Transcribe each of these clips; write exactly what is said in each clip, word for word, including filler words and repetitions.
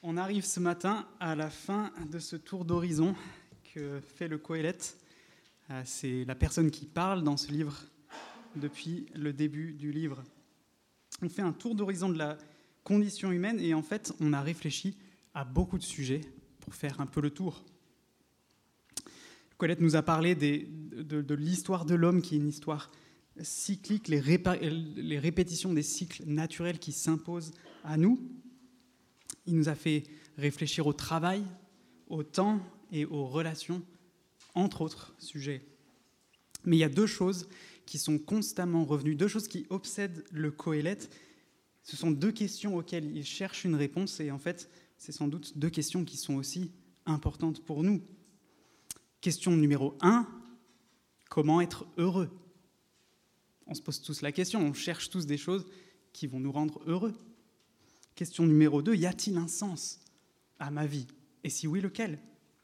On arrive ce matin à la fin de ce tour d'horizon que fait le Qoheleth. C'est la personne qui parle dans ce livre depuis le début du livre. On fait un tour d'horizon de la condition humaine et en fait, on a réfléchi à beaucoup de sujets pour faire un peu le tour. Qoheleth nous a parlé des, de, de l'histoire de l'homme qui est une histoire cyclique, les, répa- les répétitions des cycles naturels qui s'imposent à nous. Il nous a fait réfléchir au travail, au temps et aux relations, entre autres sujets. Mais il y a deux choses qui sont constamment revenues, deux choses qui obsèdent le Qoheleth. Ce sont deux questions auxquelles il cherche une réponse et en fait, c'est sans doute deux questions qui sont aussi importantes pour nous. Question numéro un, comment être heureux ? On se pose tous la question, on cherche tous des choses qui vont nous rendre heureux. Question numéro deux, y a-t-il un sens à ma vie ? Et si oui, lequel ?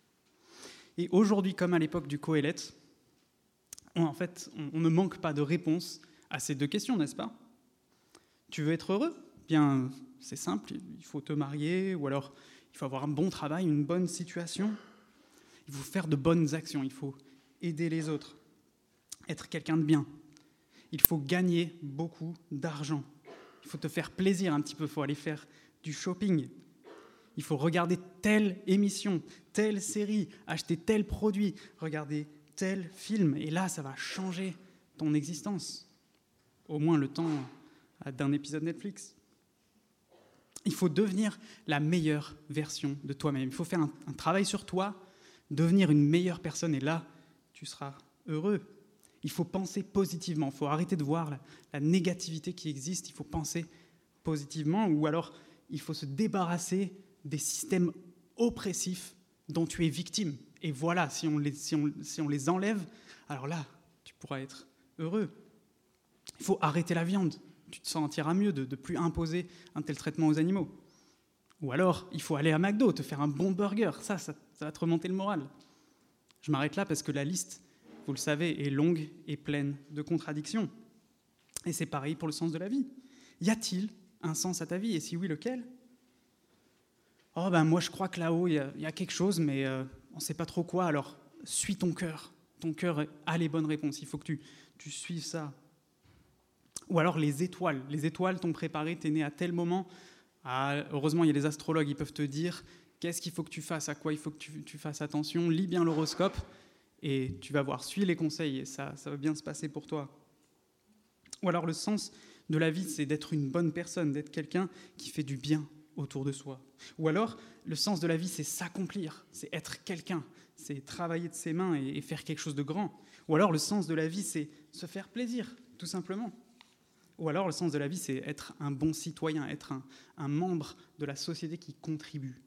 Et aujourd'hui, comme à l'époque du Qoheleth, on, en fait, on, on ne manque pas de réponses à ces deux questions, n'est-ce pas ? Tu veux être heureux ? Bien, c'est simple, il faut te marier, ou alors il faut avoir un bon travail, une bonne situation. Il faut faire de bonnes actions, il faut aider les autres, être quelqu'un de bien. Il faut gagner beaucoup d'argent. Il faut te faire plaisir un petit peu, il faut aller faire du shopping. Il faut regarder telle émission, telle série, acheter tel produit, regarder tel film. Et là, ça va changer ton existence. Au moins le temps d'un épisode Netflix. Il faut devenir la meilleure version de toi-même. Il faut faire un, un travail sur toi, devenir une meilleure personne. Et là, tu seras heureux. Il faut penser positivement, il faut arrêter de voir la, la négativité qui existe, il faut penser positivement, ou alors il faut se débarrasser des systèmes oppressifs dont tu es victime. Et voilà, si on les, si on, si on les enlève, alors là, tu pourras être heureux. Il faut arrêter la viande, tu te sentiras mieux de ne plus imposer un tel traitement aux animaux. Ou alors, il faut aller à McDo, te faire un bon burger, ça, ça, ça va te remonter le moral. Je m'arrête là parce que la liste, vous le savez, est longue et pleine de contradictions. Et c'est pareil pour le sens de la vie. Y a-t-il un sens à ta vie ? Et si oui, lequel ? Oh ben moi je crois que là-haut, il y, y a quelque chose, mais euh, on ne sait pas trop quoi, alors suis ton cœur. Ton cœur a les bonnes réponses, il faut que tu, tu suives ça. Ou alors les étoiles. Les étoiles t'ont préparé, t'es né à tel moment. Ah, heureusement, il y a les astrologues, ils peuvent te dire qu'est-ce qu'il faut que tu fasses, à quoi il faut que tu, tu fasses attention, lis bien l'horoscope. Et tu vas voir, suis les conseils et ça, ça va bien se passer pour toi. Ou alors le sens de la vie, c'est d'être une bonne personne, d'être quelqu'un qui fait du bien autour de soi. Ou alors le sens de la vie, c'est s'accomplir, c'est être quelqu'un, c'est travailler de ses mains et, et faire quelque chose de grand. Ou alors le sens de la vie, c'est se faire plaisir, tout simplement. Ou alors le sens de la vie, c'est être un bon citoyen, être un, un membre de la société qui contribue.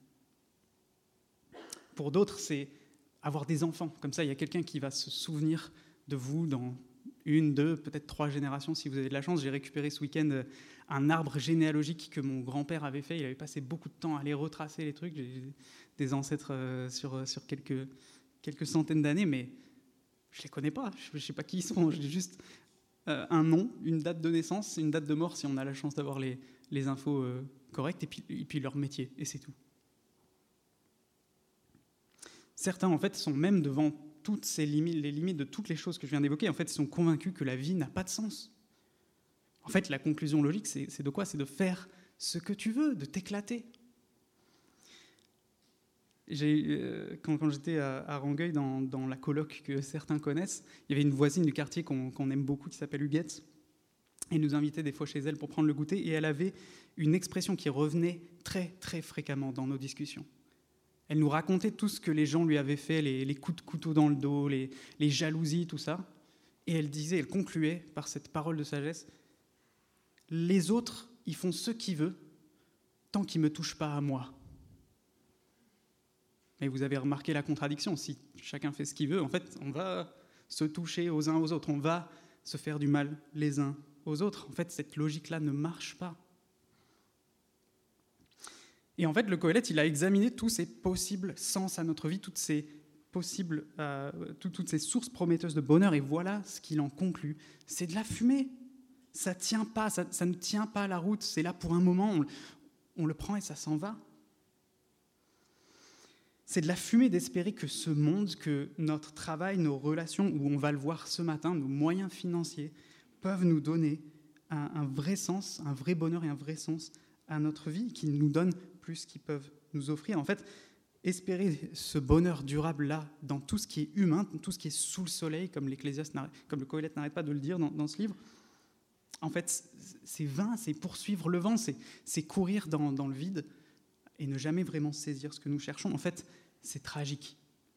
Pour d'autres, c'est avoir des enfants. Comme ça, il y a quelqu'un qui va se souvenir de vous dans une, deux, peut-être trois générations, si vous avez de la chance. J'ai récupéré ce week-end un arbre généalogique que mon grand-père avait fait. Il avait passé beaucoup de temps à aller retracer les trucs. J'ai des ancêtres sur, sur quelques, quelques centaines d'années, mais je ne les connais pas. Je ne sais pas qui ils sont. J'ai juste euh, un nom, une date de naissance, une date de mort, si on a la chance d'avoir les, les infos euh, correctes, et puis, et puis leur métier, et c'est tout. Certains, en fait, sont même devant toutes ces limites, les limites de toutes les choses que je viens d'évoquer. En fait, ils sont convaincus que la vie n'a pas de sens. En fait, la conclusion logique, c'est, c'est de quoi ? C'est de faire ce que tu veux, de t'éclater. J'ai, euh, quand, quand j'étais à, à Rangueil, dans, dans la coloc que certains connaissent, il y avait une voisine du quartier qu'on, qu'on aime beaucoup, qui s'appelle Huguette. Elle nous invitait des fois chez elle pour prendre le goûter, et elle avait une expression qui revenait très, très fréquemment dans nos discussions. Elle nous racontait tout ce que les gens lui avaient fait, les, les coups de couteau dans le dos, les, les jalousies, tout ça. Et elle disait, elle concluait par cette parole de sagesse, « Les autres, ils font ce qu'ils veulent, tant qu'ils ne me touchent pas à moi. » Mais vous avez remarqué la contradiction, si chacun fait ce qu'il veut, en fait, on va se toucher aux uns aux autres, on va se faire du mal les uns aux autres. En fait, cette logique-là ne marche pas. Et en fait, le Qoheleth, il a examiné tous ces possibles sens à notre vie, toutes ces, possibles, euh, tout, toutes ces sources prometteuses de bonheur, et voilà ce qu'il en conclut. C'est de la fumée. Ça tient pas, ça, ça ne tient pas la route. C'est là pour un moment, on, on le prend et ça s'en va. C'est de la fumée d'espérer que ce monde, que notre travail, nos relations, où on va le voir ce matin, nos moyens financiers, peuvent nous donner un, un vrai sens, un vrai bonheur et un vrai sens à notre vie, qu'ils nous donnent plus qu'ils peuvent nous offrir. En fait, espérer ce bonheur durable-là dans tout ce qui est humain, dans tout ce qui est sous le soleil, comme l'Ecclésiaste, comme le Qoheleth n'arrête pas de le dire dans, dans ce livre, en fait, c'est vain, c'est poursuivre le vent, c'est, c'est courir dans, dans le vide et ne jamais vraiment saisir ce que nous cherchons. En fait, c'est tragique.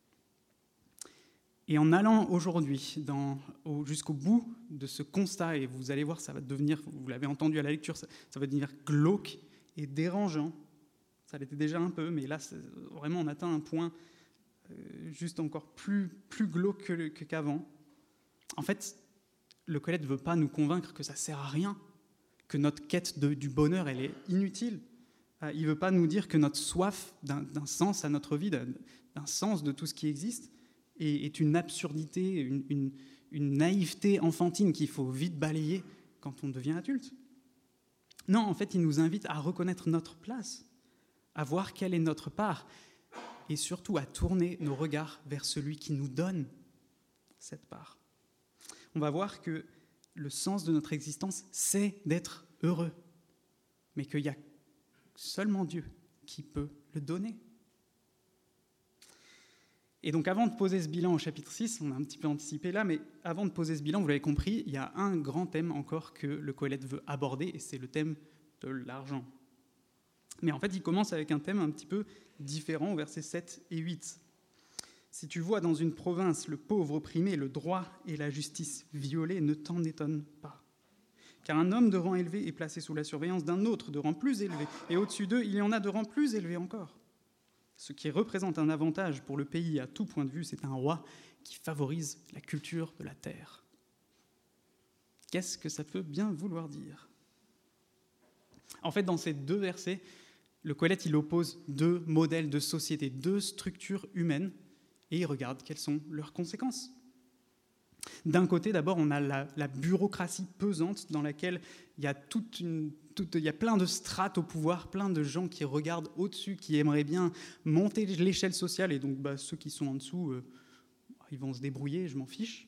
Et en allant aujourd'hui dans, au, jusqu'au bout de ce constat, et vous allez voir, ça va devenir, vous l'avez entendu à la lecture, ça, ça va devenir glauque et dérangeant. Ça l'était déjà un peu, mais là, vraiment, on atteint un point euh, juste encore plus, plus glauque que, que, qu'avant. En fait, le Qoheleth ne veut pas nous convaincre que ça ne sert à rien, que notre quête de, du bonheur, elle est inutile. Euh, il ne veut pas nous dire que notre soif d'un, d'un sens à notre vie, d'un, d'un sens de tout ce qui existe, est, est une absurdité, une, une, une naïveté enfantine qu'il faut vite balayer quand on devient adulte. Non, en fait, il nous invite à reconnaître notre place, à voir quelle est notre part, et surtout à tourner nos regards vers celui qui nous donne cette part. On va voir que le sens de notre existence, c'est d'être heureux, mais qu'il y a seulement Dieu qui peut le donner. Et donc avant de poser ce bilan au chapitre six, on a un petit peu anticipé là, mais avant de poser ce bilan, vous l'avez compris, il y a un grand thème encore que le Qoheleth veut aborder, et c'est le thème de l'argent. Mais en fait, il commence avec un thème un petit peu différent au versets sept et huit. Si tu vois dans une province le pauvre opprimé, le droit et la justice violés, ne t'en étonne pas. Car un homme de rang élevé est placé sous la surveillance d'un autre de rang plus élevé, et au-dessus d'eux, il y en a de rang plus élevé encore. Ce qui représente un avantage pour le pays à tout point de vue, c'est un roi qui favorise la culture de la terre. Qu'est-ce que ça peut bien vouloir dire ? En fait, dans ces deux versets, le Qoheleth, il oppose deux modèles de société, deux structures humaines, et il regarde quelles sont leurs conséquences. D'un côté, d'abord, on a la, la bureaucratie pesante dans laquelle il y a toute une, toute, il y a plein de strates au pouvoir, plein de gens qui regardent au-dessus, qui aimeraient bien monter l'échelle sociale, et donc bah, ceux qui sont en dessous, euh, ils vont se débrouiller, je m'en fiche.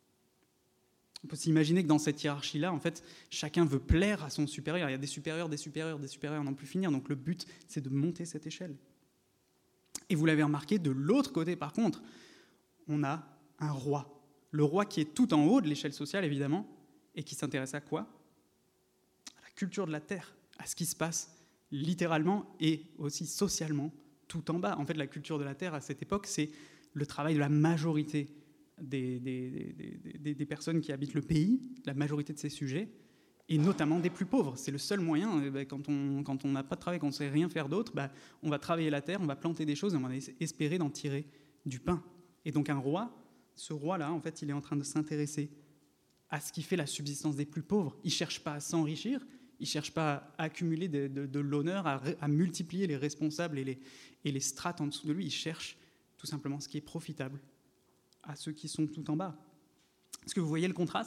On peut s'imaginer que dans cette hiérarchie-là, en fait, chacun veut plaire à son supérieur. Il y a des supérieurs, des supérieurs, des supérieurs, n'en plus finir. Donc le but, c'est de monter cette échelle. Et vous l'avez remarqué, de l'autre côté, par contre, on a un roi. Le roi qui est tout en haut de l'échelle sociale, évidemment, et qui s'intéresse à quoi ? À la culture de la terre, à ce qui se passe littéralement et aussi socialement tout en bas. En fait, la culture de la terre, à cette époque, c'est le travail de la majorité Des, des, des, des, des personnes qui habitent le pays, la majorité de ces sujets, et notamment des plus pauvres. C'est le seul moyen, eh bien, quand on quand on n'a pas de travail, qu'on ne sait rien faire d'autre, ben, on va travailler la terre, on va planter des choses, et on va espérer d'en tirer du pain. Et donc un roi, ce roi-là, en fait, il est en train de s'intéresser à ce qui fait la subsistance des plus pauvres. Il ne cherche pas à s'enrichir, il ne cherche pas à accumuler de, de, de l'honneur, à, à multiplier les responsables et les, et les strates en dessous de lui. Il cherche tout simplement ce qui est profitable à ceux qui sont tout en bas. Est-ce que vous voyez le contraste ?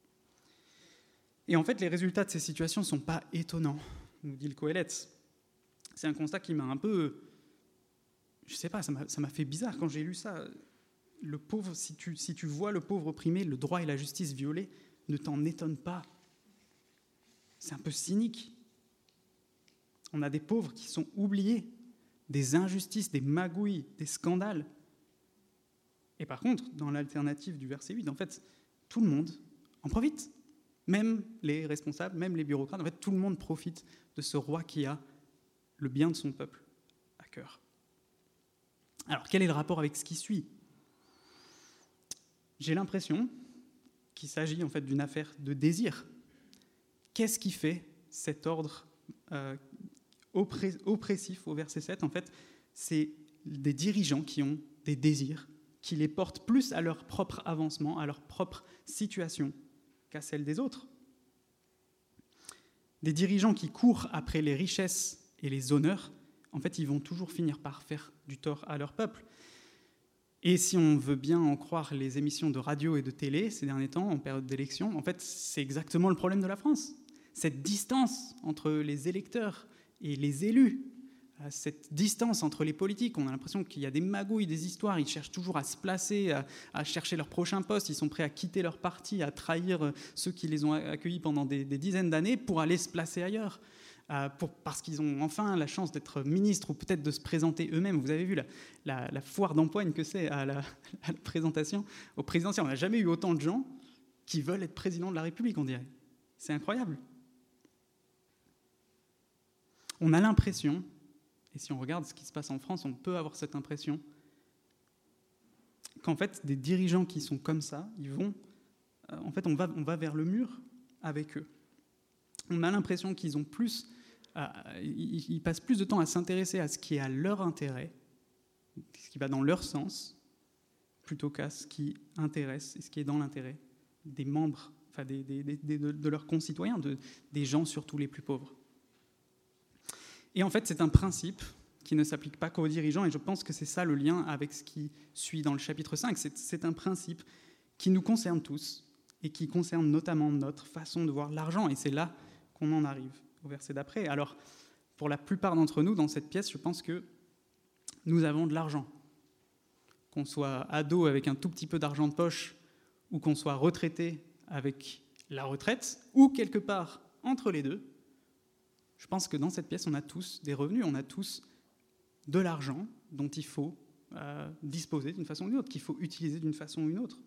Et en fait, les résultats de ces situations ne sont pas étonnants, nous dit le Qoheleth. C'est un constat qui m'a un peu... Je ne sais pas, ça m'a, ça m'a fait bizarre quand j'ai lu ça. Le pauvre, si tu, si tu vois le pauvre opprimé, le droit et la justice violés, ne t'en étonne pas. C'est un peu cynique. On a des pauvres qui sont oubliés, des injustices, des magouilles, des scandales. Et par contre, dans l'alternative du verset huit, en fait, tout le monde en profite. Même les responsables, même les bureaucrates, en fait, tout le monde profite de ce roi qui a le bien de son peuple à cœur. Alors, quel est le rapport avec ce qui suit ? J'ai l'impression qu'il s'agit en fait d'une affaire de désir. Qu'est-ce qui fait cet ordre euh, oppressif au verset sept ? En fait, c'est des dirigeants qui ont des désirs, qui les portent plus à leur propre avancement, à leur propre situation, qu'à celle des autres. Des dirigeants qui courent après les richesses et les honneurs, en fait, ils vont toujours finir par faire du tort à leur peuple. Et si on veut bien en croire les émissions de radio et de télé ces derniers temps, en période d'élection, en fait, c'est exactement le problème de la France. Cette distance entre les électeurs et les élus, cette distance entre les politiques. On a l'impression qu'il y a des magouilles, des histoires. Ils cherchent toujours à se placer, à, à chercher leur prochain poste. Ils sont prêts à quitter leur parti, à trahir ceux qui les ont accueillis pendant des, des dizaines d'années pour aller se placer ailleurs. Euh, pour, parce qu'ils ont enfin la chance d'être ministres ou peut-être de se présenter eux-mêmes. Vous avez vu la, la, la foire d'empoigne que c'est à la, à la présentation au présidentiel. On n'a jamais eu autant de gens qui veulent être président de la République, on dirait. C'est incroyable. On a l'impression, et si on regarde ce qui se passe en France, on peut avoir cette impression qu'en fait, des dirigeants qui sont comme ça, ils vont, euh, en fait, on va, on va vers le mur avec eux. On a l'impression qu'ils ont plus, euh, ils, ils passent plus de temps à s'intéresser à ce qui est à leur intérêt, ce qui va dans leur sens, plutôt qu'à ce qui intéresse et ce qui est dans l'intérêt des membres, enfin des, des, des, de, de leurs concitoyens, de, des gens surtout les plus pauvres. Et en fait, c'est un principe qui ne s'applique pas qu'aux dirigeants, et je pense que c'est ça le lien avec ce qui suit dans le chapitre cinq. C'est, c'est un principe qui nous concerne tous, et qui concerne notamment notre façon de voir l'argent, et c'est là qu'on en arrive au verset d'après. Alors, pour la plupart d'entre nous, dans cette pièce, je pense que nous avons de l'argent. Qu'on soit ado avec un tout petit peu d'argent de poche, ou qu'on soit retraité avec la retraite, ou quelque part entre les deux, je pense que dans cette pièce, on a tous des revenus, on a tous de l'argent dont il faut euh, disposer d'une façon ou d'une autre, qu'il faut utiliser d'une façon ou d'une autre.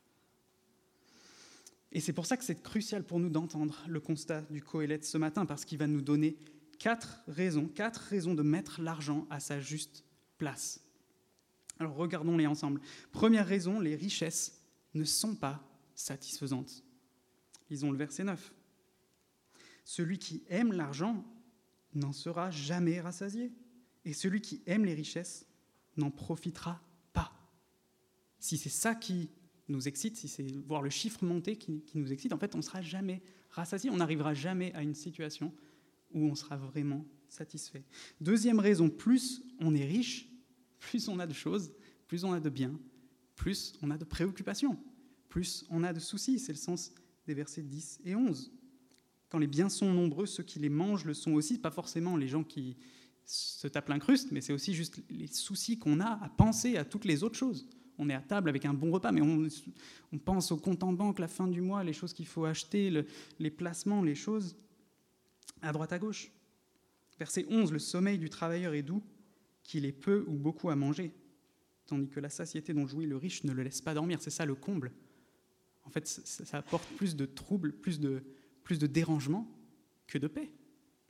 Et c'est pour ça que c'est crucial pour nous d'entendre le constat du Qoheleth ce matin, parce qu'il va nous donner quatre raisons, quatre raisons de mettre l'argent à sa juste place. Alors regardons-les ensemble. Première raison, les richesses ne sont pas satisfaisantes. Lisons le verset neuf. Celui qui aime l'argent n'en sera jamais rassasié, et celui qui aime les richesses n'en profitera pas. Si c'est ça qui nous excite, si c'est voir le chiffre monter qui, qui nous excite, en fait, on ne sera jamais rassasié, on n'arrivera jamais à une situation où on sera vraiment satisfait. Deuxième raison, plus on est riche, plus on a de choses, plus on a de biens, plus on a de préoccupations, plus on a de soucis. C'est le sens des versets dix et onze. Quand les biens sont nombreux, ceux qui les mangent le sont aussi, pas forcément les gens qui se tapent l'incruste, mais c'est aussi juste les soucis qu'on a à penser à toutes les autres choses. On est à table avec un bon repas, mais on, on pense au compte en banque, la fin du mois, les choses qu'il faut acheter, le, les placements, les choses à droite à gauche. Verset onze, le sommeil du travailleur est doux, qu'il ait peu ou beaucoup à manger, tandis que la satiété dont jouit le riche ne le laisse pas dormir. C'est ça le comble. En fait, ça, ça apporte plus de troubles, plus de, plus de dérangements que de paix.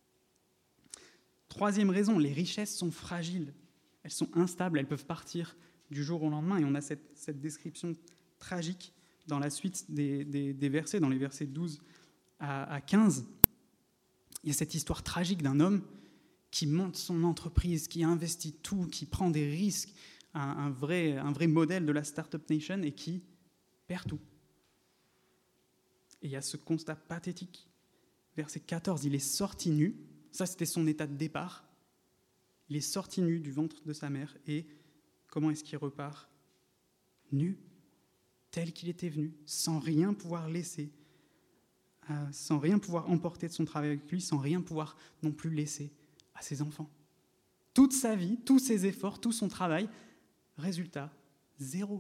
Troisième raison, les richesses sont fragiles. Elles sont instables, elles peuvent partir du jour au lendemain. Et on a cette, cette description tragique dans la suite des, des, des versets, dans les versets douze à quinze. Il y a cette histoire tragique d'un homme qui monte son entreprise, qui investit tout, qui prend des risques, un, un, vrai, un vrai modèle de la Startup Nation et qui perd tout. Et il y a ce constat pathétique. Verset quatorze, il est sorti nu. Ça, c'était son état de départ. Il est sorti nu du ventre de sa mère. Et comment est-ce qu'il repart ? Nu, tel qu'il était venu, sans rien pouvoir laisser, euh, sans rien pouvoir emporter de son travail avec lui, sans rien pouvoir non plus laisser à ses enfants. Toute sa vie, tous ses efforts, tout son travail, résultat, zéro.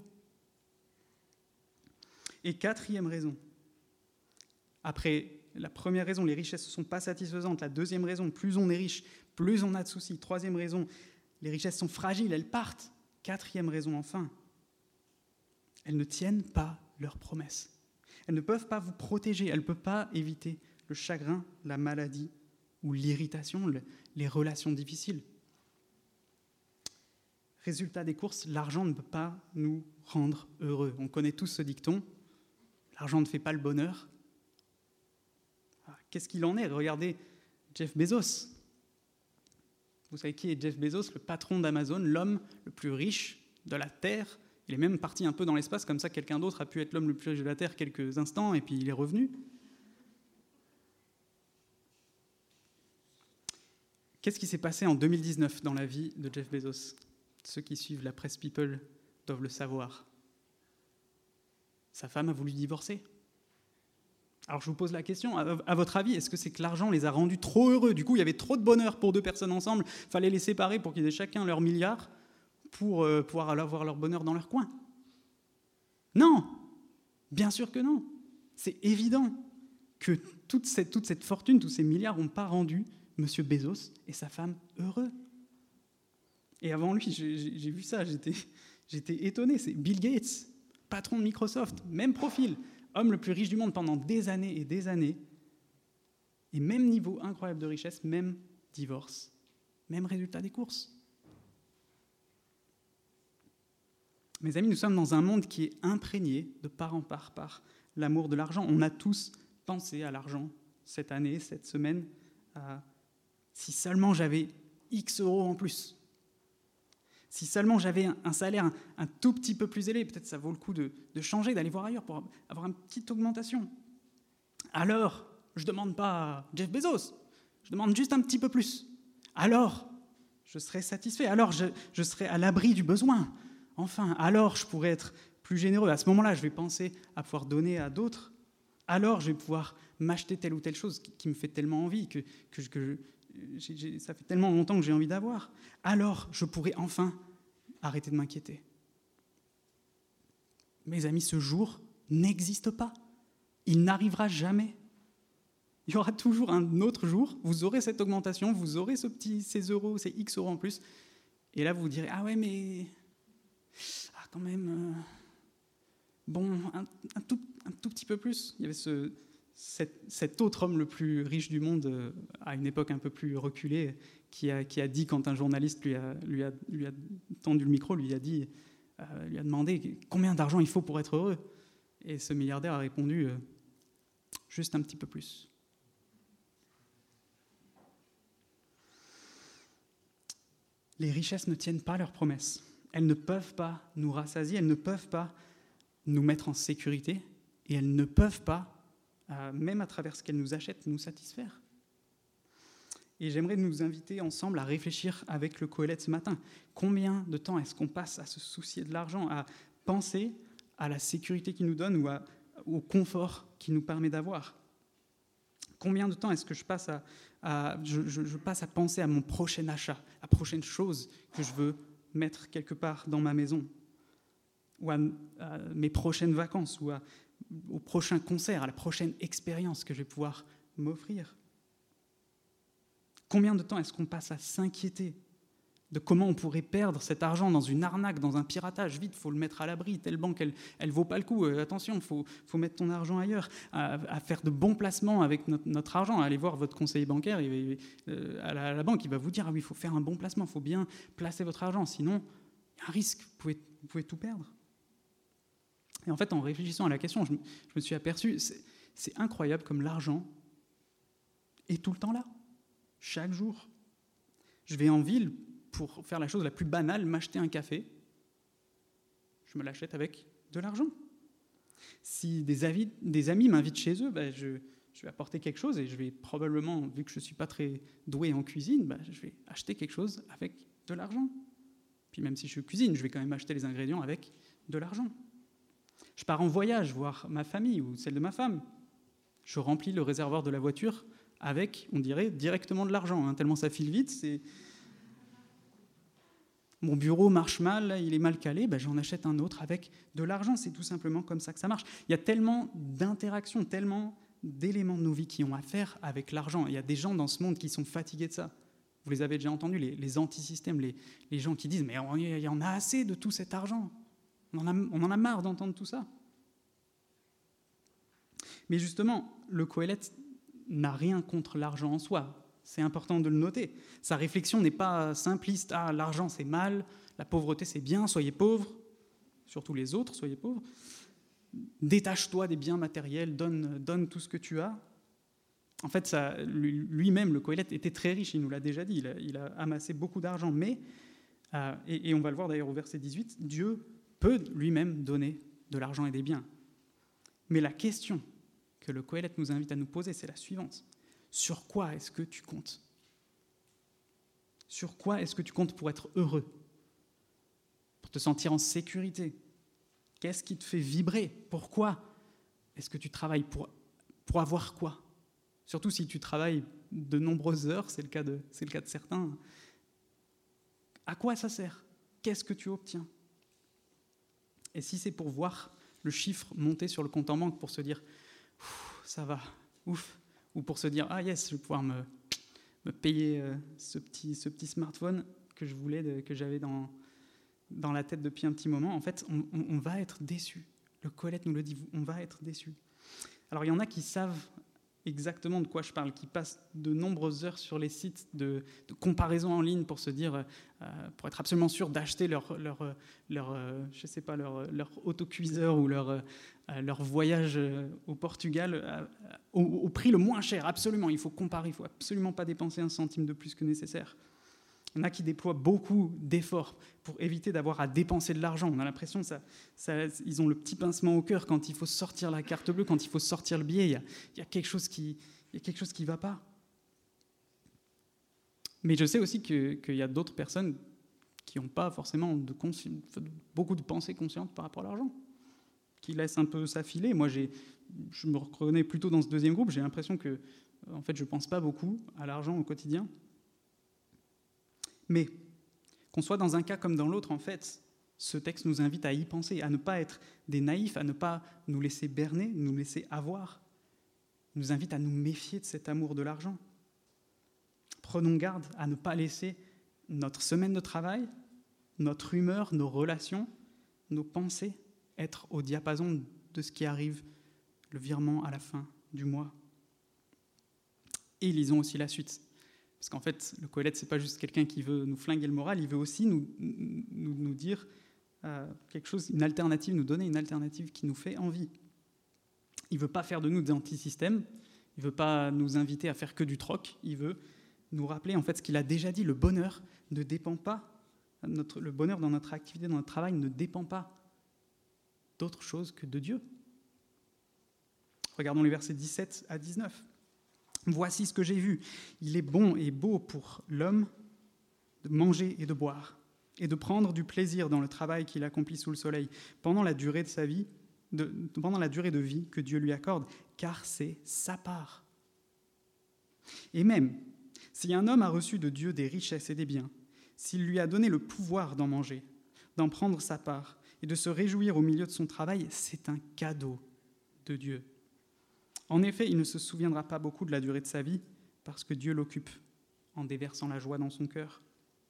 Et quatrième raison, après la première raison, les richesses ne sont pas satisfaisantes. La deuxième raison, plus on est riche, plus on a de soucis. Troisième raison, les richesses sont fragiles, elles partent. Quatrième raison, enfin, elles ne tiennent pas leurs promesses. Elles ne peuvent pas vous protéger, elles ne peuvent pas éviter le chagrin, la maladie ou l'irritation, les relations difficiles. Résultat des courses, l'argent ne peut pas nous rendre heureux. On connaît tous ce dicton, l'argent ne fait pas le bonheur. Qu'est-ce qu'il en est ? Regardez Jeff Bezos. Vous savez qui est Jeff Bezos, le patron d'Amazon, l'homme le plus riche de la Terre. Il est même parti un peu dans l'espace, comme ça quelqu'un d'autre a pu être l'homme le plus riche de la Terre quelques instants, et puis il est revenu. Qu'est-ce qui s'est passé en deux mille dix-neuf dans la vie de Jeff Bezos ? Ceux qui suivent la presse People doivent le savoir. Sa femme a voulu divorcer. Alors je vous pose la question, à, à votre avis, est-ce que c'est que l'argent les a rendus trop heureux? Du coup, il y avait trop de bonheur pour deux personnes ensemble, il fallait les séparer pour qu'ils aient chacun leur milliard pour euh, pouvoir avoir leur bonheur dans leur coin? Non, bien sûr que non. C'est évident que toute cette, toute cette fortune, tous ces milliards n'ont pas rendu M. Bezos et sa femme heureux. Et avant lui, j'ai, j'ai vu ça, j'étais, j'étais étonné. C'est Bill Gates, patron de Microsoft, même profil, homme le plus riche du monde pendant des années et des années, et même niveau incroyable de richesse, même divorce, même résultat des courses. Mes amis, nous sommes dans un monde qui est imprégné de part en part par l'amour de l'argent. On a tous pensé à l'argent cette année, cette semaine. Euh, si seulement j'avais X euros en plus. Si seulement j'avais un, un salaire un, un tout petit peu plus élevé, peut-être ça vaut le coup de, de changer, d'aller voir ailleurs pour avoir une petite augmentation. Alors, je ne demande pas à Jeff Bezos, je demande juste un petit peu plus. Alors, je serai satisfait. Alors, je, je serai à l'abri du besoin. Enfin, alors, je pourrais être plus généreux. À ce moment-là, je vais penser à pouvoir donner à d'autres. Alors, je vais pouvoir m'acheter telle ou telle chose qui, qui me fait tellement envie, que, que, que j'ai, j'ai, ça fait tellement longtemps que j'ai envie d'avoir. Alors, je pourrai enfin arrêter de m'inquiéter. Mes amis, ce jour n'existe pas. Il n'arrivera jamais. Il y aura toujours un autre jour, vous aurez cette augmentation, vous aurez ce petit, ces euros, ces X euros en plus, et là vous vous direz, ah ouais, mais ah, quand même, euh, bon, un, un, tout, un tout petit peu plus. Il y avait ce, cet, cet autre homme le plus riche du monde, euh, à une époque un peu plus reculée, qui a, qui a dit, quand un journaliste lui a, lui a, lui a tendu le micro, lui a dit, euh, lui a demandé combien d'argent il faut pour être heureux. Et ce milliardaire a répondu, euh, juste un petit peu plus. Les richesses ne tiennent pas leurs promesses. Elles ne peuvent pas nous rassasier, elles ne peuvent pas nous mettre en sécurité, et elles ne peuvent pas, euh, même à travers ce qu'elles nous achètent, nous satisfaire. Et j'aimerais nous inviter ensemble à réfléchir avec le Qoheleth ce matin. Combien de temps est-ce qu'on passe à se soucier de l'argent, à penser à la sécurité qu'il nous donne ou à, au confort qu'il nous permet d'avoir? Combien de temps est-ce que je passe à, à, je, je, je passe à penser à mon prochain achat, à la prochaine chose que je veux mettre quelque part dans ma maison, ou à, à mes prochaines vacances, ou à, au prochain concert, à la prochaine expérience que je vais pouvoir m'offrir? Combien de temps est-ce qu'on passe à s'inquiéter de comment on pourrait perdre cet argent dans une arnaque, dans un piratage? Vite, il faut le mettre à l'abri, telle banque, elle ne vaut pas le coup. Euh, attention, il faut, faut mettre ton argent ailleurs. À, à faire de bons placements avec notre, notre argent. Allez voir votre conseiller bancaire, il, euh, à, la, à la banque, il va vous dire « Ah oui, il faut faire un bon placement, il faut bien placer votre argent, sinon il y a un risque, vous pouvez, vous pouvez tout perdre. » Et en fait, en réfléchissant à la question, je me, je me suis aperçu, c'est, c'est incroyable comme l'argent est tout le temps là, chaque jour. Je vais en ville pour faire la chose la plus banale, m'acheter un café, je me l'achète avec de l'argent. Si des, avis, des amis m'invitent chez eux, ben je, je vais apporter quelque chose et je vais probablement, vu que je ne suis pas très doué en cuisine, ben je vais acheter quelque chose avec de l'argent. Puis même si je cuisine, je vais quand même acheter les ingrédients avec de l'argent. Je pars en voyage voir ma famille ou celle de ma femme. Je remplis le réservoir de la voiture avec, on dirait, directement de l'argent, hein, tellement ça file vite, c'est... Mon bureau marche mal, là, il est mal calé, ben j'en achète un autre avec de l'argent. C'est tout simplement comme ça que ça marche. Il y a tellement d'interactions, tellement d'éléments de nos vies qui ont à faire avec l'argent. Il y a des gens dans ce monde qui sont fatigués de ça. Vous les avez déjà entendus, les, les anti-systèmes, les, les gens qui disent « mais il y en a assez de tout cet argent. On en a, on en a marre d'entendre tout ça. » Mais justement, le Qoheleth n'a rien contre l'argent en soi. C'est important de le noter. Sa réflexion n'est pas simpliste. Ah, l'argent, c'est mal. La pauvreté, c'est bien. Soyez pauvres. Surtout les autres, soyez pauvres. Détache-toi des biens matériels. Donne, donne tout ce que tu as. En fait, ça, lui-même, le Qoheleth, était très riche. Il nous l'a déjà dit. Il a, il a amassé beaucoup d'argent. Mais, euh, et, et on va le voir d'ailleurs au verset dix-huit, Dieu peut lui-même donner de l'argent et des biens. Mais la question que le Qoheleth nous invite à nous poser, c'est la suivante. Sur quoi est-ce que tu comptes ? Sur quoi est-ce que tu comptes pour être heureux ? Pour te sentir en sécurité ? Qu'est-ce qui te fait vibrer ? Pourquoi est-ce que tu travailles pour Pour avoir quoi? Surtout si tu travailles de nombreuses heures, c'est le cas de, c'est le cas de certains. À quoi ça sert? Qu'est-ce que tu obtiens? Et si c'est pour voir le chiffre monter sur le compte en banque, pour se dire « ça va, ouf », ou pour se dire « ah yes, je vais pouvoir me, me payer euh, ce, petit, ce petit smartphone que je voulais, de, que j'avais dans, dans la tête depuis un petit moment », en fait, on, on, on va être déçu. Le Colette nous le dit, on va être déçu. Alors il y en a qui savent exactement de quoi je parle, qui passent de nombreuses heures sur les sites de, de comparaison en ligne pour se dire, euh, pour être absolument sûr d'acheter leur, leur, leur, euh, je sais pas, leur, leur autocuiseur ou leur, euh, leur voyage au Portugal euh, au, au prix le moins cher. Absolument, il faut comparer, il faut absolument pas dépenser un centime de plus que nécessaire. Il y en a qui déploient beaucoup d'efforts pour éviter d'avoir à dépenser de l'argent. On a l'impression que ça, ça, ils ont le petit pincement au cœur quand il faut sortir la carte bleue, quand il faut sortir le billet. Il y a, il y a quelque chose qui ne va pas. Mais je sais aussi que, qu'il y a d'autres personnes qui n'ont pas forcément de consci... beaucoup de pensées conscientes par rapport à l'argent, qui laissent un peu s'affiler. Moi, j'ai, je me reconnais plutôt dans ce deuxième groupe. J'ai l'impression que en fait, je ne pense pas beaucoup à l'argent au quotidien. Mais qu'on soit dans un cas comme dans l'autre, en fait, ce texte nous invite à y penser, à ne pas être des naïfs, à ne pas nous laisser berner, nous laisser avoir. Il nous invite à nous méfier de cet amour de l'argent. Prenons garde à ne pas laisser notre semaine de travail, notre humeur, nos relations, nos pensées être au diapason de ce qui arrive, le virement à la fin du mois. Et lisons aussi la suite. Parce qu'en fait, le Colette, ce n'est pas juste quelqu'un qui veut nous flinguer le moral, il veut aussi nous, nous, nous dire euh, quelque chose, une alternative, nous donner une alternative qui nous fait envie. Il ne veut pas faire de nous des antisystèmes, il ne veut pas nous inviter à faire que du troc, il veut nous rappeler en fait ce qu'il a déjà dit, le bonheur ne dépend pas, notre, le bonheur dans notre activité, dans notre travail ne dépend pas d'autre chose que de Dieu. Regardons les versets dix-sept à dix-neuf. Voici ce que j'ai vu. Il est bon et beau pour l'homme de manger et de boire, et de prendre du plaisir dans le travail qu'il accomplit sous le soleil, pendant la durée de sa vie, de, pendant la durée de vie que Dieu lui accorde, car c'est sa part. Et même, si un homme a reçu de Dieu des richesses et des biens, s'il lui a donné le pouvoir d'en manger, d'en prendre sa part, et de se réjouir au milieu de son travail, c'est un cadeau de Dieu. En effet, il ne se souviendra pas beaucoup de la durée de sa vie parce que Dieu l'occupe en déversant la joie dans son cœur.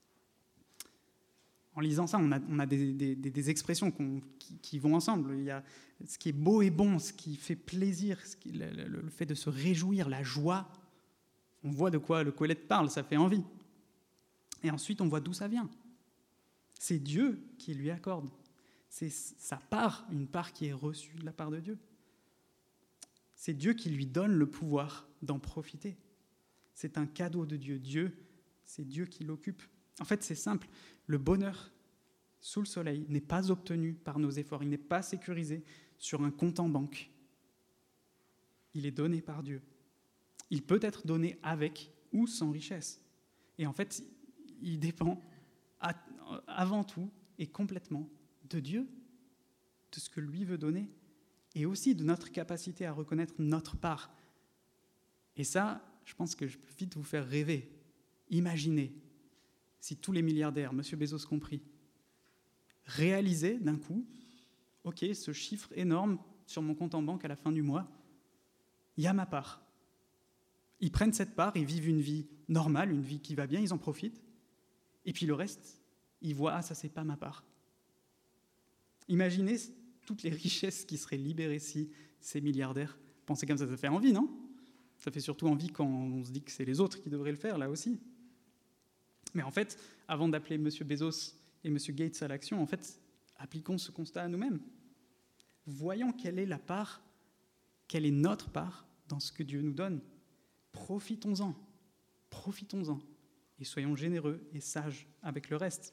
En lisant ça, on a, on a des, des, des expressions qu'on, qui, qui vont ensemble. Il y a ce qui est beau et bon, ce qui fait plaisir, ce qui, le, le, le fait de se réjouir, la joie. On voit de quoi le Colette parle, ça fait envie. Et ensuite, on voit d'où ça vient. C'est Dieu qui lui accorde. C'est sa part, une part qui est reçue de la part de Dieu. C'est Dieu qui lui donne le pouvoir d'en profiter. C'est un cadeau de Dieu. Dieu, c'est Dieu qui l'occupe. En fait, c'est simple. Le bonheur sous le soleil n'est pas obtenu par nos efforts. Il n'est pas sécurisé sur un compte en banque. Il est donné par Dieu. Il peut être donné avec ou sans richesse. Et en fait, il dépend avant tout et complètement de Dieu, de ce que lui veut donner, et aussi de notre capacité à reconnaître notre part. Et ça, je pense que je peux vite vous faire rêver. Imaginez si tous les milliardaires, M. Bezos compris, réalisaient d'un coup, ok, ce chiffre énorme sur mon compte en banque à la fin du mois, il y a ma part. Ils prennent cette part, ils vivent une vie normale, une vie qui va bien, ils en profitent, et puis le reste, ils voient, ah, ça c'est pas ma part. Imaginez toutes les richesses qui seraient libérées si ces milliardaires pensaient comme ça. Ça fait envie, non? Ça fait surtout envie quand on se dit que c'est les autres qui devraient le faire, là aussi. Mais en fait, avant d'appeler M. Bezos et M. Gates à l'action, en fait, appliquons ce constat à nous-mêmes. Voyons quelle est la part, quelle est notre part dans ce que Dieu nous donne. Profitons-en, profitons-en, et soyons généreux et sages avec le reste.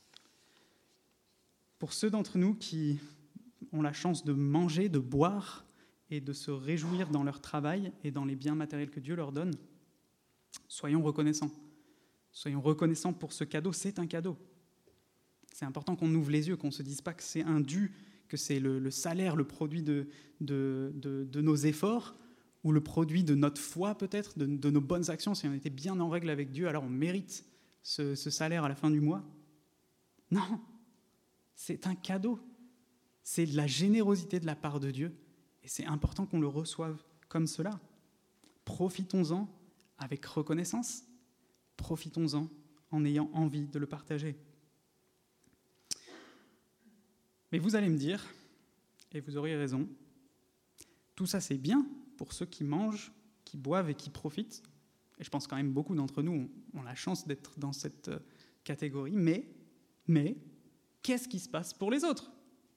Pour ceux d'entre nous qui ont la chance de manger, de boire et de se réjouir dans leur travail et dans les biens matériels que Dieu leur donne, soyons reconnaissants. Soyons reconnaissants pour ce cadeau, c'est un cadeau. C'est important qu'on ouvre les yeux, qu'on ne se dise pas que c'est un dû, que c'est le, le salaire, le produit de, de, de, de nos efforts, ou le produit de notre foi peut-être, de, de nos bonnes actions. Si on était bien en règle avec Dieu, alors on mérite ce, ce salaire à la fin du mois. Non, c'est un cadeau. C'est de la générosité de la part de Dieu. Et c'est important qu'on le reçoive comme cela. Profitons-en avec reconnaissance. Profitons-en en ayant envie de le partager. Mais vous allez me dire, et vous auriez raison, tout ça c'est bien pour ceux qui mangent, qui boivent et qui profitent. Et je pense quand même beaucoup d'entre nous ont, ont la chance d'être dans cette catégorie. Mais, mais, qu'est-ce qui se passe pour les autres ?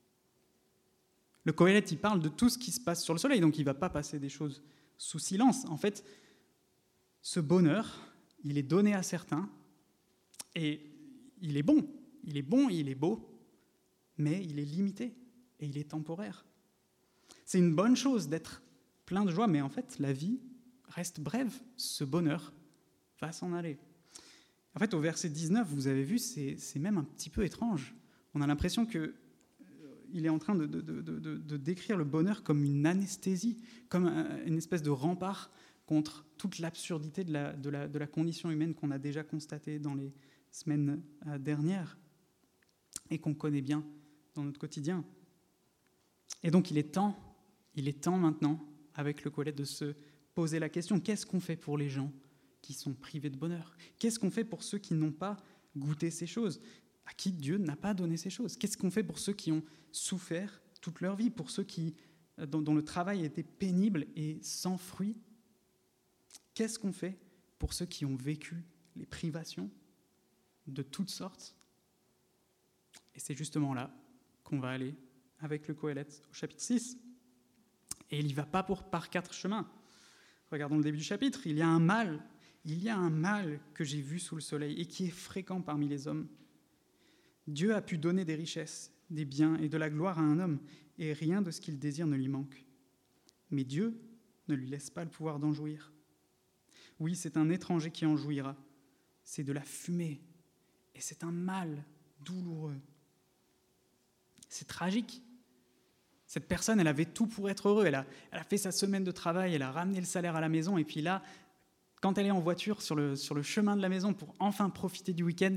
Le Qoheleth, il parle de tout ce qui se passe sur le soleil, donc il ne va pas passer des choses sous silence. En fait, ce bonheur, il est donné à certains, et il est bon, il est bon, il est beau, mais il est limité, et il est temporaire. C'est une bonne chose d'être plein de joie, mais en fait, la vie reste brève. Ce bonheur va s'en aller. En fait, au verset dix-neuf, vous avez vu, c'est, c'est même un petit peu étrange. On a l'impression que il est en train de, de, de, de, de décrire le bonheur comme une anesthésie, comme une espèce de rempart contre toute l'absurdité de la, de la, de la condition humaine qu'on a déjà constatée dans les semaines dernières et qu'on connaît bien dans notre quotidien. Et donc il est temps, il est temps maintenant, avec le Qoheleth, de se poser la question, qu'est-ce qu'on fait pour les gens qui sont privés de bonheur ? Qu'est-ce qu'on fait pour ceux qui n'ont pas goûté ces choses ? À qui Dieu n'a pas donné ces choses ? Qu'est-ce qu'on fait pour ceux qui ont souffert toute leur vie, pour ceux qui, dont, dont le travail était pénible et sans fruit ? Qu'est-ce qu'on fait pour ceux qui ont vécu les privations de toutes sortes ? Et c'est justement là qu'on va aller avec le Qoheleth au chapitre six. Et il n'y va pas pour, par quatre chemins. Regardons le début du chapitre. Il y a un mal, il y a un mal que j'ai vu sous le soleil et qui est fréquent parmi les hommes. Dieu a pu donner des richesses, des biens et de la gloire à un homme, et rien de ce qu'il désire ne lui manque. Mais Dieu ne lui laisse pas le pouvoir d'en jouir. Oui, c'est un étranger qui en jouira. C'est de la fumée, et c'est un mal douloureux. C'est tragique. Cette personne, elle avait tout pour être heureux. Elle a, elle a fait sa semaine de travail, elle a ramené le salaire à la maison, et puis là, quand elle est en voiture sur le, sur le chemin de la maison pour enfin profiter du week-end,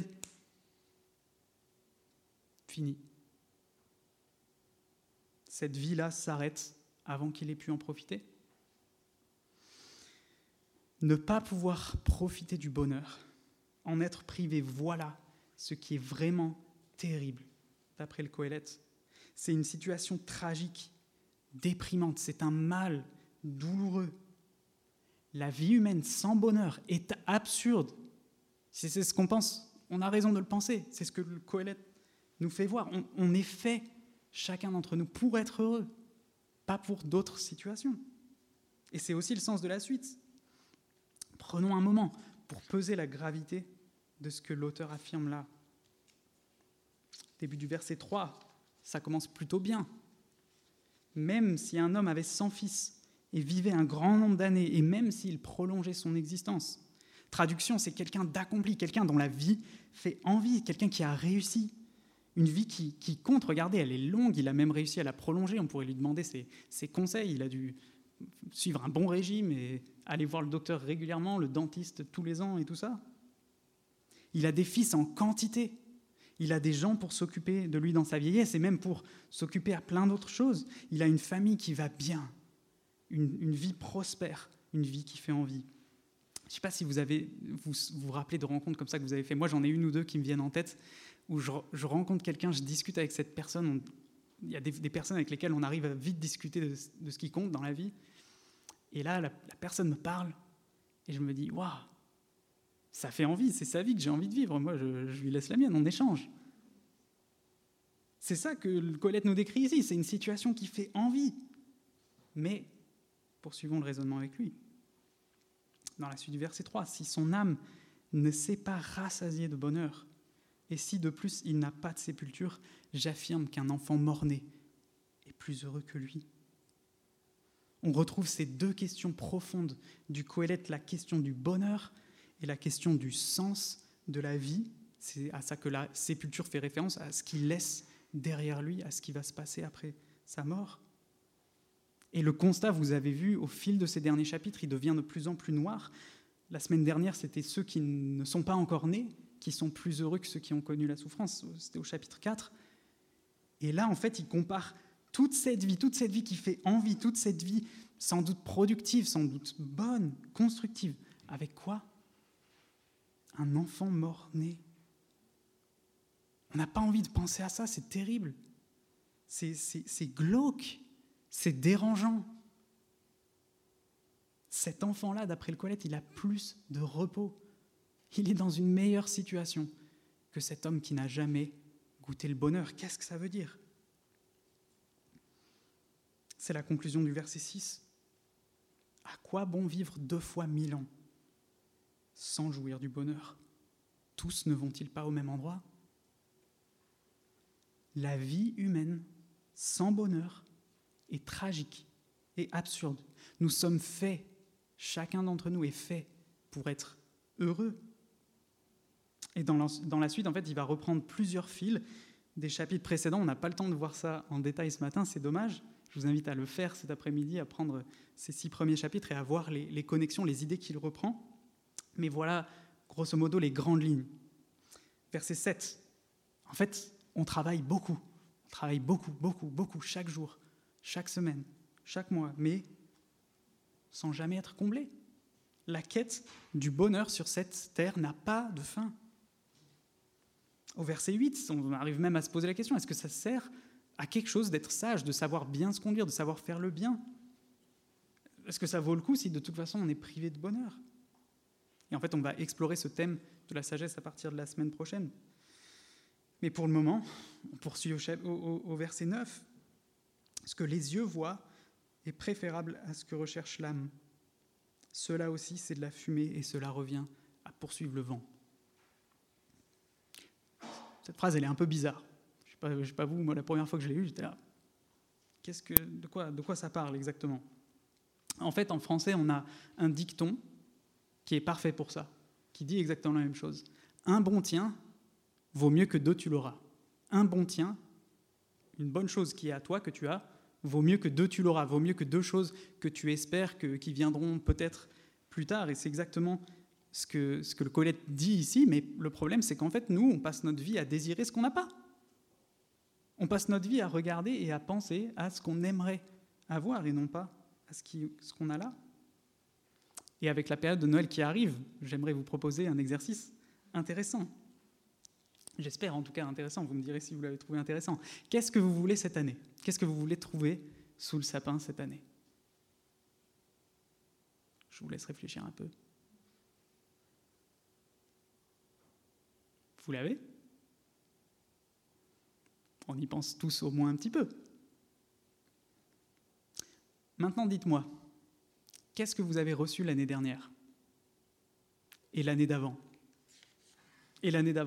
fini. Cette vie-là s'arrête avant qu'il ait pu en profiter. Ne pas pouvoir profiter du bonheur, en être privé, voilà ce qui est vraiment terrible, d'après le Qoheleth. C'est une situation tragique, déprimante, c'est un mal douloureux. La vie humaine sans bonheur est absurde. Si c'est ce qu'on pense, on a raison de le penser. C'est ce que le Qoheleth nous fait voir. On, on est fait, chacun d'entre nous, pour être heureux, pas pour d'autres situations. Et c'est aussi le sens de la suite. Prenons un moment pour peser la gravité de ce que l'auteur affirme là. Début du verset trois, ça commence plutôt bien. Même si un homme avait cent fils et vivait un grand nombre d'années, et même s'il prolongeait son existence. Traduction, c'est quelqu'un d'accompli, quelqu'un dont la vie fait envie, quelqu'un qui a réussi. Une vie qui, qui compte, regardez, elle est longue, il a même réussi à la prolonger, on pourrait lui demander ses, ses conseils, il a dû suivre un bon régime et aller voir le docteur régulièrement, le dentiste tous les ans et tout ça. Il a des fils en quantité, il a des gens pour s'occuper de lui dans sa vieillesse et même pour s'occuper à plein d'autres choses. Il a une famille qui va bien, une, une vie prospère, une vie qui fait envie. Je ne sais pas si vous avez, vous vous rappelez de rencontres comme ça que vous avez fait. Moi, j'en ai une ou deux qui me viennent en tête, où je, je rencontre quelqu'un, je discute avec cette personne. On, il y a des, des personnes avec lesquelles on arrive à vite discuter de, de ce qui compte dans la vie. Et là, la, la personne me parle, et je me dis, waouh, ça fait envie, c'est sa vie que j'ai envie de vivre. Moi, je, je lui laisse la mienne, on échange. C'est ça que le Qoheleth nous décrit ici, c'est une situation qui fait envie. Mais, poursuivons le raisonnement avec lui. Dans la suite du verset trois, si son âme ne s'est pas rassasiée de bonheur, et si de plus il n'a pas de sépulture, j'affirme qu'un enfant mort-né est plus heureux que lui. On retrouve ces deux questions profondes du Qoheleth, la question du bonheur et la question du sens de la vie. C'est à ça que la sépulture fait référence, à ce qu'il laisse derrière lui, à ce qui va se passer après sa mort. Et le constat, vous avez vu, au fil de ces derniers chapitres, il devient de plus en plus noir. La semaine dernière, c'était ceux qui ne sont pas encore nés, qui sont plus heureux que ceux qui ont connu la souffrance. C'était au chapitre quatre. Et là, en fait, il compare toute cette vie, toute cette vie qui fait envie, toute cette vie sans doute productive, sans doute bonne, constructive, avec quoi ? Un enfant mort-né. On n'a pas envie de penser à ça, c'est terrible. C'est, c'est, c'est glauque, c'est dérangeant. Cet enfant-là, d'après le Colette, il a plus de repos. Il est dans une meilleure situation que cet homme qui n'a jamais goûté le bonheur. Qu'est-ce que ça veut dire ? C'est la conclusion du verset six. À quoi bon vivre deux fois mille ans sans jouir du bonheur ? Tous ne vont-ils pas au même endroit ? La vie humaine sans bonheur est tragique et absurde. Nous sommes faits, chacun d'entre nous est fait pour être heureux. Et dans la, dans la suite, en fait, il va reprendre plusieurs fils des chapitres précédents. On n'a pas le temps de voir ça en détail ce matin, c'est dommage. Je vous invite à le faire cet après-midi, à prendre ces six premiers chapitres et à voir les, les connexions, les idées qu'il reprend. Mais voilà, grosso modo, les grandes lignes. Verset sept. En fait, on travaille beaucoup. On travaille beaucoup, beaucoup, beaucoup, chaque jour, chaque semaine, chaque mois, mais sans jamais être comblé. La quête du bonheur sur cette terre n'a pas de fin. Au verset huit, on arrive même à se poser la question, est-ce que ça sert à quelque chose d'être sage, de savoir bien se conduire, de savoir faire le bien ? Est-ce que ça vaut le coup si de toute façon on est privé de bonheur ? Et en fait, on va explorer ce thème de la sagesse à partir de la semaine prochaine. Mais pour le moment, on poursuit au, au, au verset neuf. Ce que les yeux voient est préférable à ce que recherche l'âme. Cela aussi, c'est de la fumée et cela revient à poursuivre le vent. Cette phrase, elle est un peu bizarre. Je ne sais pas, je sais pas vous, moi, la première fois que je l'ai lue, j'étais là. Qu'est-ce que, de quoi, de quoi ça parle exactement ? En fait, en français, on a un dicton qui est parfait pour ça, qui dit exactement la même chose. Un bon tien vaut mieux que deux tu l'auras. Un bon tien, une bonne chose qui est à toi, que tu as, vaut mieux que deux tu l'auras, vaut mieux que deux choses que tu espères, que, qui viendront peut-être plus tard. Et c'est exactement ce que, ce que le Colette dit ici, mais le problème, c'est qu'en fait, nous, on passe notre vie à désirer ce qu'on n'a pas. On passe notre vie à regarder et à penser à ce qu'on aimerait avoir et non pas à ce, qui, ce qu'on a là. Et avec la période de Noël qui arrive, j'aimerais vous proposer un exercice intéressant. J'espère en tout cas intéressant, vous me direz si vous l'avez trouvé intéressant. Qu'est-ce que vous voulez cette année ? Qu'est-ce que vous voulez trouver sous le sapin cette année ? Je vous laisse réfléchir un peu. Vous l'avez ? On y pense tous au moins un petit peu. Maintenant, dites-moi, qu'est-ce que vous avez reçu l'année dernière ? Et l'année d'avant ? Et l'année d'avant ?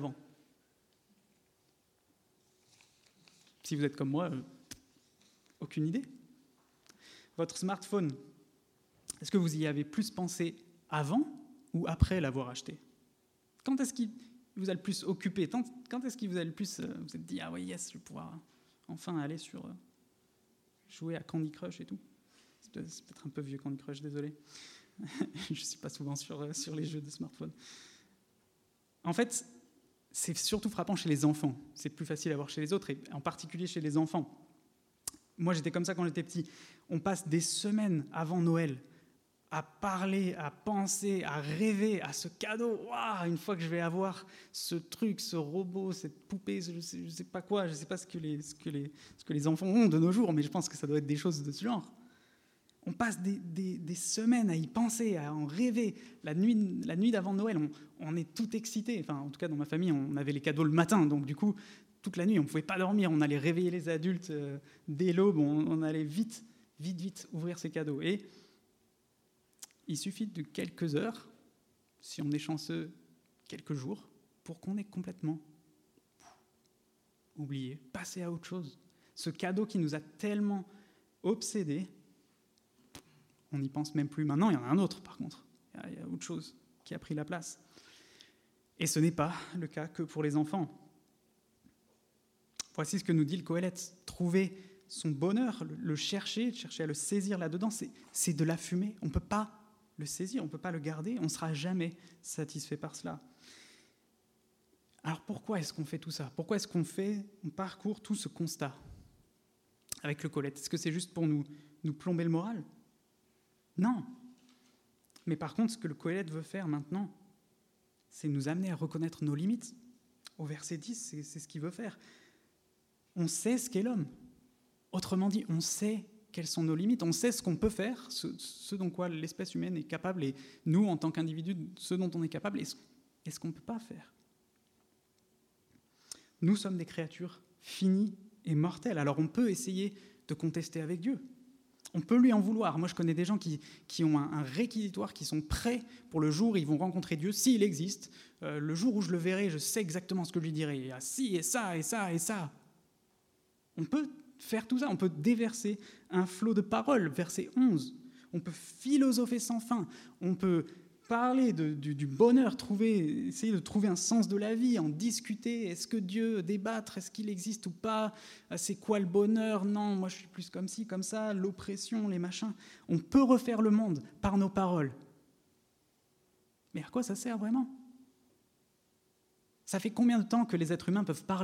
Si vous êtes comme moi, euh, aucune idée. Votre smartphone, est-ce que vous y avez plus pensé avant ou après l'avoir acheté ? Quand est-ce qu'il vous a le plus occupé ? Quand est-ce qu'il vous a le plus... Euh, vous êtes dit, ah oui, yes, je vais pouvoir enfin aller sur... Euh, jouer à Candy Crush et tout. C'est peut-être, c'est peut-être un peu vieux Candy Crush, désolé. Je ne suis pas souvent sur, euh, sur les jeux de smartphone. En fait, c'est surtout frappant chez les enfants. C'est plus facile à voir chez les autres, et en particulier chez les enfants. Moi, j'étais comme ça quand j'étais petit. On passe des semaines avant Noël à parler, à penser, à rêver à ce cadeau. Waouh, une fois que je vais avoir ce truc, ce robot, cette poupée, je ne sais, je sais pas quoi, je ne sais pas ce que, les, ce, que les, ce que les enfants ont de nos jours, mais je pense que ça doit être des choses de ce genre. On passe des, des, des semaines à y penser, à en rêver. La nuit, la nuit d'avant Noël, on, on est tout excité. Enfin, en tout cas, dans ma famille, on avait les cadeaux le matin, donc du coup, toute la nuit, on ne pouvait pas dormir. On allait réveiller les adultes euh, dès l'aube. On, on allait vite, vite, vite ouvrir ces cadeaux. Et il suffit de quelques heures, si on est chanceux, quelques jours, pour qu'on ait complètement oublié, passé à autre chose. Ce cadeau qui nous a tellement obsédés, on n'y pense même plus. Maintenant, il y en a un autre, par contre. Il y a autre chose qui a pris la place. Et ce n'est pas le cas que pour les enfants. Voici ce que nous dit le Qoheleth. Trouvez son bonheur, le, le chercher, chercher à le saisir là-dedans, c'est, c'est de la fumée. On ne peut pas le saisir, on ne peut pas le garder, on ne sera jamais satisfait par cela. Alors pourquoi est-ce qu'on fait tout ça ? Pourquoi est-ce qu'on fait, on parcourt tout ce constat avec le Colette ? Est-ce que c'est juste pour nous, nous plomber le moral ? Non. Mais par contre, ce que le Colette veut faire maintenant, c'est nous amener à reconnaître nos limites. Au verset dix, c'est, c'est ce qu'il veut faire. On sait ce qu'est l'homme. Autrement dit, on sait quelles sont nos limites, on sait ce qu'on peut faire, ce, ce dont quoi l'espèce humaine est capable, et nous, en tant qu'individus, ce dont on est capable, et ce, et ce qu'on ne peut pas faire. Nous sommes des créatures finies et mortelles, alors on peut essayer de contester avec Dieu. On peut lui en vouloir. Moi, je connais des gens qui, qui ont un, un réquisitoire, qui sont prêts pour le jour où ils vont rencontrer Dieu, s'il existe. Euh, le jour où je le verrai, je sais exactement ce que je lui dirai. Il y a ci et ça et ça et ça. On peut faire tout ça. On peut déverser un flot de paroles. Verset onze. On peut philosopher sans fin. On peut parler de, du, du bonheur, trouver, essayer de trouver un sens de la vie, en discuter. Est-ce que Dieu, débattre, est-ce qu'il existe ou pas ? C'est quoi le bonheur ? Non, moi je suis plus comme ci, comme ça, l'oppression, les machins. On peut refaire le monde par nos paroles. Mais à quoi ça sert vraiment ? Ça fait combien de temps que les êtres humains peuvent parler ?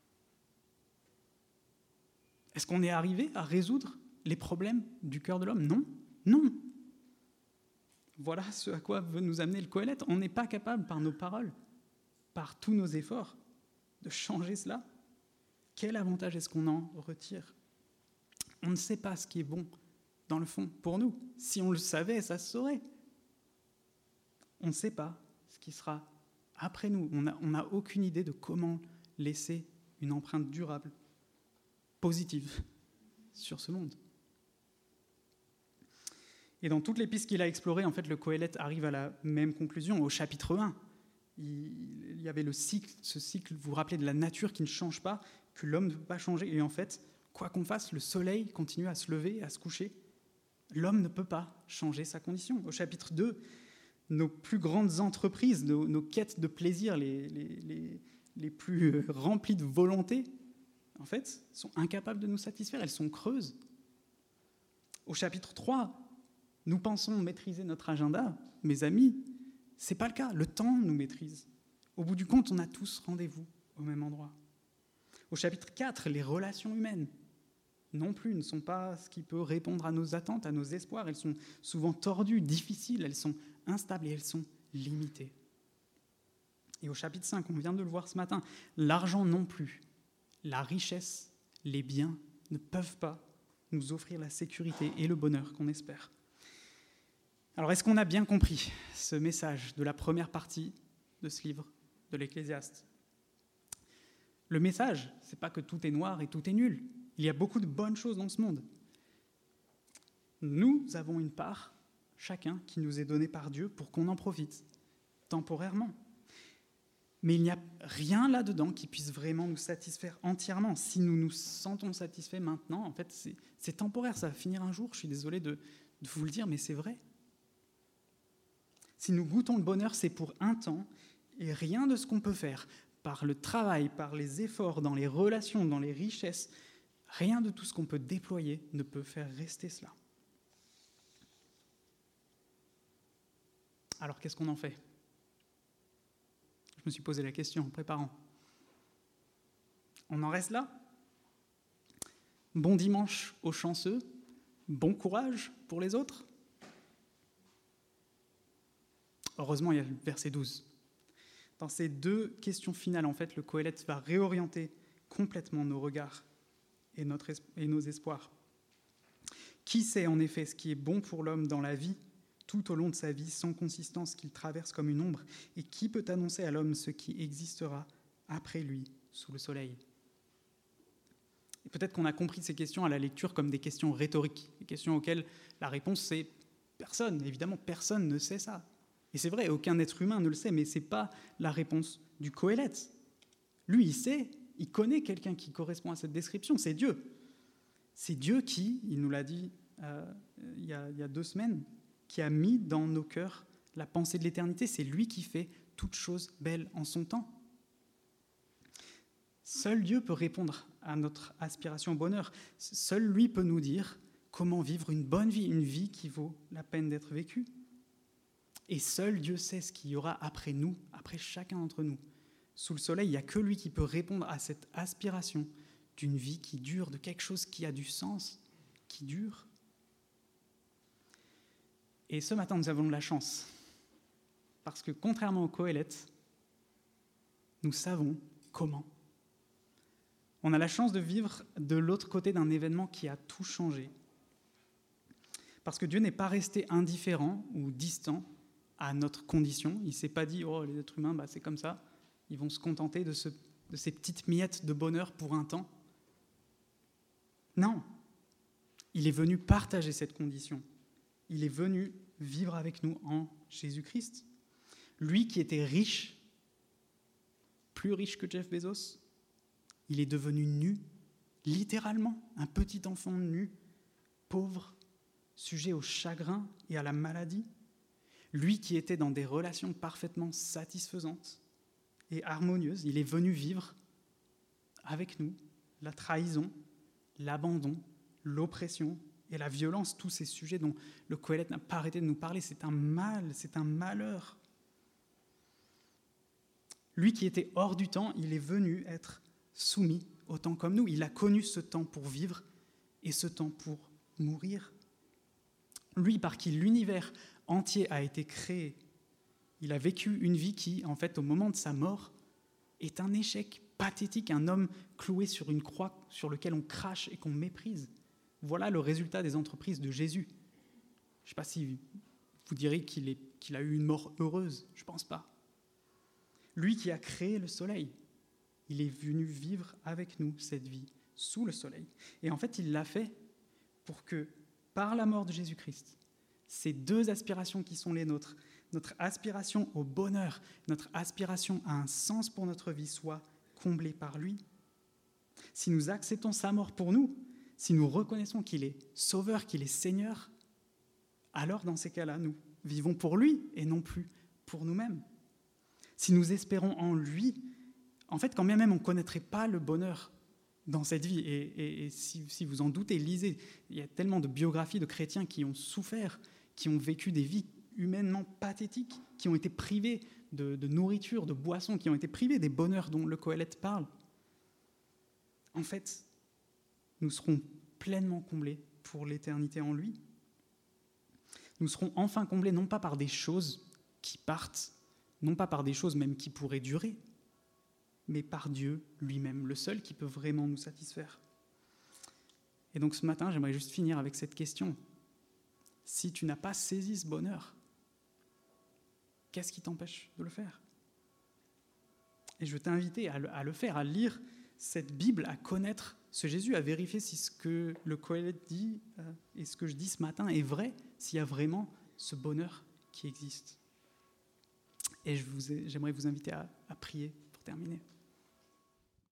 Est-ce qu'on est arrivé à résoudre les problèmes du cœur de l'homme ? Non, non. Voilà ce à quoi veut nous amener le Qoheleth. On n'est pas capable, par nos paroles, par tous nos efforts, de changer cela. Quel avantage est-ce qu'on en retire ? On ne sait pas ce qui est bon, dans le fond, pour nous. Si on le savait, ça se saurait. On ne sait pas ce qui sera après nous. On n'a on n'a aucune idée de comment laisser une empreinte durable, positive, sur ce monde. Et dans toutes les pistes qu'il a explorées, en fait, le Qoheleth arrive à la même conclusion. Au chapitre un, il y avait le cycle, ce cycle, vous vous rappelez, de la nature qui ne change pas, que l'homme ne peut pas changer. Et en fait, quoi qu'on fasse, le soleil continue à se lever, à se coucher. L'homme ne peut pas changer sa condition. Au chapitre deux, nos plus grandes entreprises, nos, nos quêtes de plaisir les, les, les, les plus remplies de volonté, en fait, sont incapables de nous satisfaire. Elles sont creuses. Au chapitre trois, nous pensons maîtriser notre agenda, mes amis, ce n'est pas le cas. Le temps nous maîtrise. Au bout du compte, on a tous rendez-vous au même endroit. Au chapitre quatre, les relations humaines, non plus, ne sont pas ce qui peut répondre à nos attentes, à nos espoirs. Elles sont souvent tordues, difficiles, elles sont instables et elles sont limitées. Et au chapitre cinq, on vient de le voir ce matin, l'argent non plus, la richesse, les biens ne peuvent pas nous offrir la sécurité et le bonheur qu'on espère. Alors, est-ce qu'on a bien compris ce message de la première partie de ce livre de l'Ecclésiaste ? Le message, ce n'est pas que tout est noir et tout est nul. Il y a beaucoup de bonnes choses dans ce monde. Nous avons une part, chacun, qui nous est donnée par Dieu pour qu'on en profite, temporairement. Mais il n'y a rien là-dedans qui puisse vraiment nous satisfaire entièrement. Si nous nous sentons satisfaits maintenant, en fait, c'est, c'est temporaire, ça va finir un jour. Je suis désolé de, de vous le dire, mais c'est vrai. Si nous goûtons le bonheur, c'est pour un temps, et rien de ce qu'on peut faire, par le travail, par les efforts, dans les relations, dans les richesses, rien de tout ce qu'on peut déployer ne peut faire rester cela. Alors, qu'est-ce qu'on en fait ? Je me suis posé la question en préparant. On en reste là ? Bon dimanche aux chanceux, bon courage pour les autres ? Heureusement, il y a le verset douze. Dans ces deux questions finales, en fait, le Qoheleth va réorienter complètement nos regards et, notre es- et nos espoirs. Qui sait en effet ce qui est bon pour l'homme dans la vie, tout au long de sa vie, sans consistance qu'il traverse comme une ombre, et qui peut annoncer à l'homme ce qui existera après lui, sous le soleil ? Et peut-être qu'on a compris ces questions à la lecture comme des questions rhétoriques, des questions auxquelles la réponse c'est personne. Évidemment, personne ne sait ça. Et c'est vrai, aucun être humain ne le sait, mais ce n'est pas la réponse du Qoheleth. Lui, il sait, il connaît quelqu'un qui correspond à cette description, c'est Dieu. C'est Dieu qui, il nous l'a dit euh, il, y a, il y a deux semaines, qui a mis dans nos cœurs la pensée de l'éternité. C'est lui qui fait toutes choses belles en son temps. Seul Dieu peut répondre à notre aspiration au bonheur. Seul lui peut nous dire comment vivre une bonne vie, une vie qui vaut la peine d'être vécue. Et seul Dieu sait ce qu'il y aura après nous, après chacun d'entre nous. Sous le soleil, il n'y a que lui qui peut répondre à cette aspiration d'une vie qui dure, de quelque chose qui a du sens, qui dure. Et ce matin, nous avons de la chance. Parce que contrairement au Qoéleth, nous savons comment. On a la chance de vivre de l'autre côté d'un événement qui a tout changé. Parce que Dieu n'est pas resté indifférent ou distant à notre condition. Il ne s'est pas dit « Oh, les êtres humains, bah, c'est comme ça. Ils vont se contenter de, ce, de ces petites miettes de bonheur pour un temps. » Non. Il est venu partager cette condition. Il est venu vivre avec nous en Jésus-Christ. Lui qui était riche, plus riche que Jeff Bezos, il est devenu nu, littéralement, un petit enfant nu, pauvre, sujet au chagrin et à la maladie. Lui qui était dans des relations parfaitement satisfaisantes et harmonieuses, il est venu vivre avec nous la trahison, l'abandon, l'oppression et la violence, tous ces sujets dont le Qoéleth n'a pas arrêté de nous parler. C'est un mal, c'est un malheur. Lui qui était hors du temps, il est venu être soumis au temps comme nous. Il a connu ce temps pour vivre et ce temps pour mourir. Lui par qui l'univers entier a été créé, il a vécu une vie qui, en fait, au moment de sa mort, est un échec pathétique, un homme cloué sur une croix sur lequel on crache et qu'on méprise. Voilà le résultat des entreprises de Jésus. Je ne sais pas si vous direz qu'il, est, qu'il a eu une mort heureuse, je ne pense pas. Lui qui a créé le soleil, il est venu vivre avec nous cette vie sous le soleil. Et en fait, il l'a fait pour que, par la mort de Jésus-Christ, ces deux aspirations qui sont les nôtres, notre aspiration au bonheur, notre aspiration à un sens pour notre vie, soient comblées par lui. Si nous acceptons sa mort pour nous, si nous reconnaissons qu'il est sauveur, qu'il est Seigneur, alors dans ces cas-là, nous vivons pour lui et non plus pour nous-mêmes. Si nous espérons en lui, en fait, quand bien même on ne connaîtrait pas le bonheur dans cette vie, et, et, et si, si vous en doutez, lisez, il y a tellement de biographies de chrétiens qui ont souffert, qui ont vécu des vies humainement pathétiques, qui ont été privés de, de nourriture, de boissons, qui ont été privés des bonheurs dont le Qoéleth parle. En fait, nous serons pleinement comblés pour l'éternité en lui. Nous serons enfin comblés non pas par des choses qui partent, non pas par des choses même qui pourraient durer, mais par Dieu lui-même, le seul qui peut vraiment nous satisfaire. Et donc ce matin, j'aimerais juste finir avec cette question. Si tu n'as pas saisi ce bonheur, qu'est-ce qui t'empêche de le faire ? Et je veux t'inviter à le, à le faire, à lire cette Bible, à connaître ce Jésus, à vérifier si ce que le Qoéleth dit euh, et ce que je dis ce matin est vrai, s'il y a vraiment ce bonheur qui existe. Et je vous ai, j'aimerais vous inviter à, à prier pour terminer.